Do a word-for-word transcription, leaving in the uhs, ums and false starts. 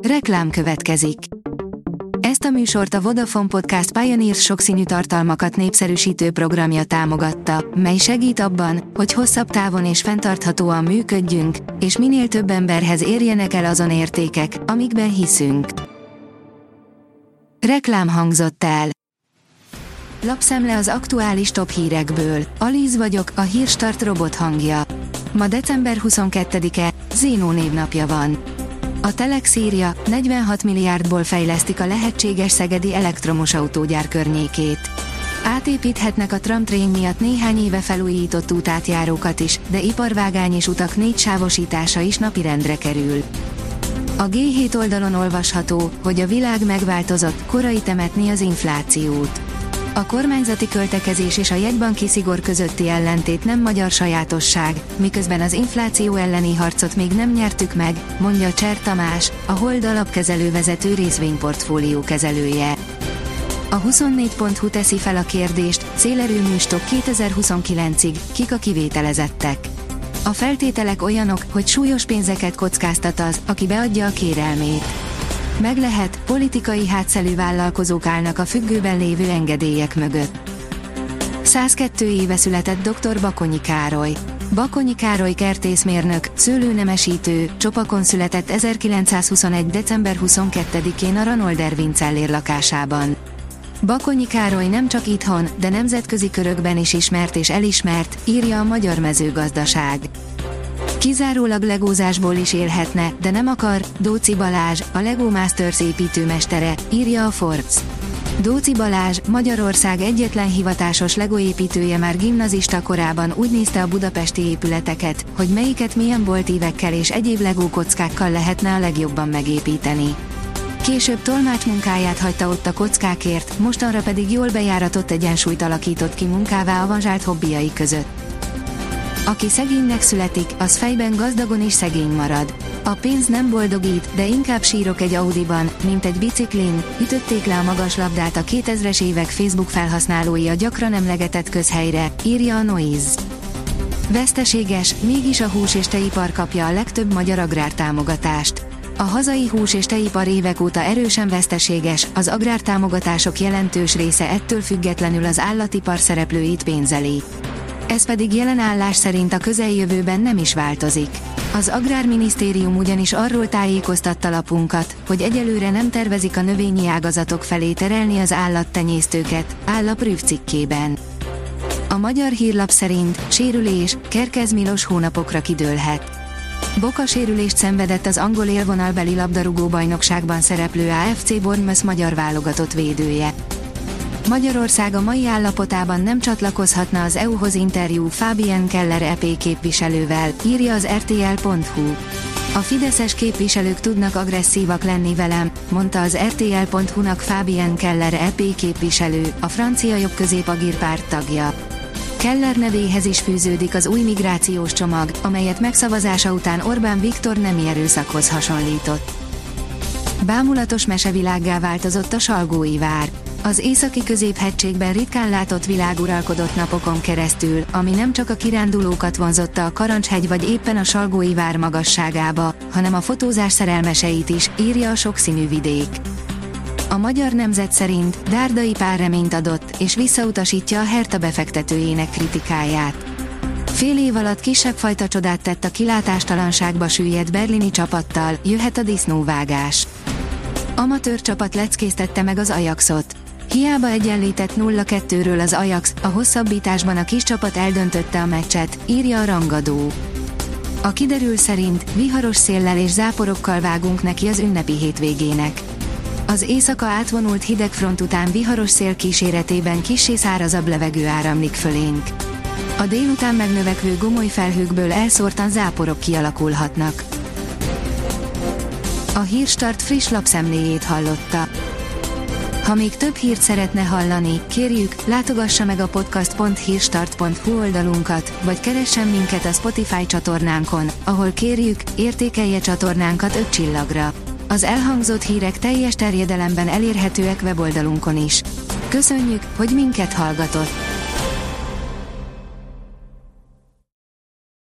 Reklám következik. Ezt a műsort a Vodafone Podcast Pioneers sokszínű tartalmakat népszerűsítő programja támogatta, mely segít abban, hogy hosszabb távon és fenntarthatóan működjünk, és minél több emberhez érjenek el azon értékek, amikben hiszünk. Reklám hangzott el. Lapszemle az aktuális top hírekből. Alíz vagyok, a Hírstart robot hangja. Ma december huszonkettedike, Zénó névnapja van. A Telex írja, negyvenhat milliárdból fejlesztik a lehetséges szegedi elektromos autógyár környékét. Átépíthetnek a tramtrain miatt néhány éve felújított útátjárókat is, de iparvágány és utak négysávosítása is napirendre kerül. A gé hét oldalon olvasható, hogy a világ megváltozott, korai temetni az inflációt. A kormányzati költekezés és a jegybanki szigor közötti ellentét nem magyar sajátosság, miközben az infláció elleni harcot még nem nyertük meg, mondja Cser Tamás, a Hold alapkezelő vezető részvényportfólió kezelője. A huszonnégy pont hu teszi fel a kérdést, szélerőműstok kétezer-huszonkilencig, kik a kivételezettek. A feltételek olyanok, hogy súlyos pénzeket kockáztat az, aki beadja a kérelmét. Meg lehet, politikai hátszelű vállalkozók állnak a függőben lévő engedélyek mögött. százkettő éve született dr. Bakonyi Károly. Bakonyi Károly kertészmérnök, szőlőnemesítő, Csopakon született ezerkilencszázhuszonegy. december huszonkettedikén a Ranolder-Vincellér lakásában. Bakonyi Károly nem csak itthon, de nemzetközi körökben is ismert és elismert, írja a Magyar Mezőgazdaság. Kizárólag legózásból is élhetne, de nem akar, Dóczy Balázs, a Lego Masters építőmestere, írja a Forbes. Dóczy Balázs, Magyarország egyetlen hivatásos Lego építője már gimnazista korában úgy nézte a budapesti épületeket, hogy melyiket milyen boltívekkel és egyéb Lego kockákkal lehetne a legjobban megépíteni. Később tolmácsmunkáját hagyta ott a kockákért, mostanra pedig jól bejáratott egyensúlyt alakított ki munkává avanzsált hobbiai között. Aki szegénynek születik, az fejben gazdagon is szegény marad. A pénz nem boldogít, de inkább sírok egy Audiban, mint egy biciklin, ütötték le a magas labdát a kétezres évek Facebook felhasználói a gyakran emlegetett közhelyre, írja a Noise. Veszteséges, mégis a hús- és tejipar kapja a legtöbb magyar agrártámogatást. A hazai hús- és tejipar évek óta erősen veszteséges, az agrártámogatások jelentős része ettől függetlenül az állatipar szereplőit pénzeli. Ez pedig jelen állás szerint a közeljövőben nem is változik. Az Agrárminisztérium ugyanis arról tájékoztatta lapunkat, hogy egyelőre nem tervezik a növényi ágazatok felé terelni az állattenyésztőket, áll a Prüv cikkében. A Magyar Hírlap szerint sérülés, Kerkez Milos hónapokra kidőlhet. Bokasérülést szenvedett az angol élvonalbeli labdarúgó bajnokságban szereplő á ef cé Bournemouth magyar válogatott védője. Magyarország a mai állapotában nem csatlakozhatna az é u-hoz interjú Fábien Keller é pé képviselővel, írja az er té el pont hú. A fideszes képviselők tudnak agresszívak lenni velem, mondta az er té el pont hú-nak Fábien Keller é pé képviselő, a francia jobbközép-agir párt tagja. Keller nevéhez is fűződik az új migrációs csomag, amelyet megszavazása után Orbán Viktor nemi erőszakhoz hasonlított. Bámulatos mesevilággá változott a Salgói-vár. Az északi középhegységben ritkán látott világ uralkodott napokon keresztül, ami nem csak a kirándulókat vonzotta a Karancshegy vagy éppen a Salgói-vár magasságába, hanem a fotózás szerelmeseit is, írja a sokszínű vidék. A Magyar Nemzet szerint Dárdai pár reményt adott, és visszautasítja a Hertha befektetőjének kritikáját. Fél év alatt kisebb fajta csodát tett a kilátástalanságba süllyedt berlini csapattal, jöhet a disznóvágás. Amatőr csapat leckéztette meg az Ajaxot. Hiába egyenlített nulla kettőről az Ajax, a hosszabbításban a kis csapat eldöntötte a meccset, írja a Rangadó. A kiderül szerint viharos széllel és záporokkal vágunk neki az ünnepi hétvégének. Az éjszaka átvonult hidegfront után viharos szél kíséretében kissé szárazabb levegő áramlik fölénk. A délután megnövekvő gomoly felhőkből elszórtan záporok kialakulhatnak. A Hírstart friss lapszemléjét hallotta. Ha még több hírt szeretne hallani, kérjük, látogassa meg a podcast pont hírstart pont hu oldalunkat, vagy keressen minket a Spotify csatornánkon, ahol kérjük, értékelje csatornánkat öt csillagra. Az elhangzott hírek teljes terjedelemben elérhetőek weboldalunkon is. Köszönjük, hogy minket hallgatott!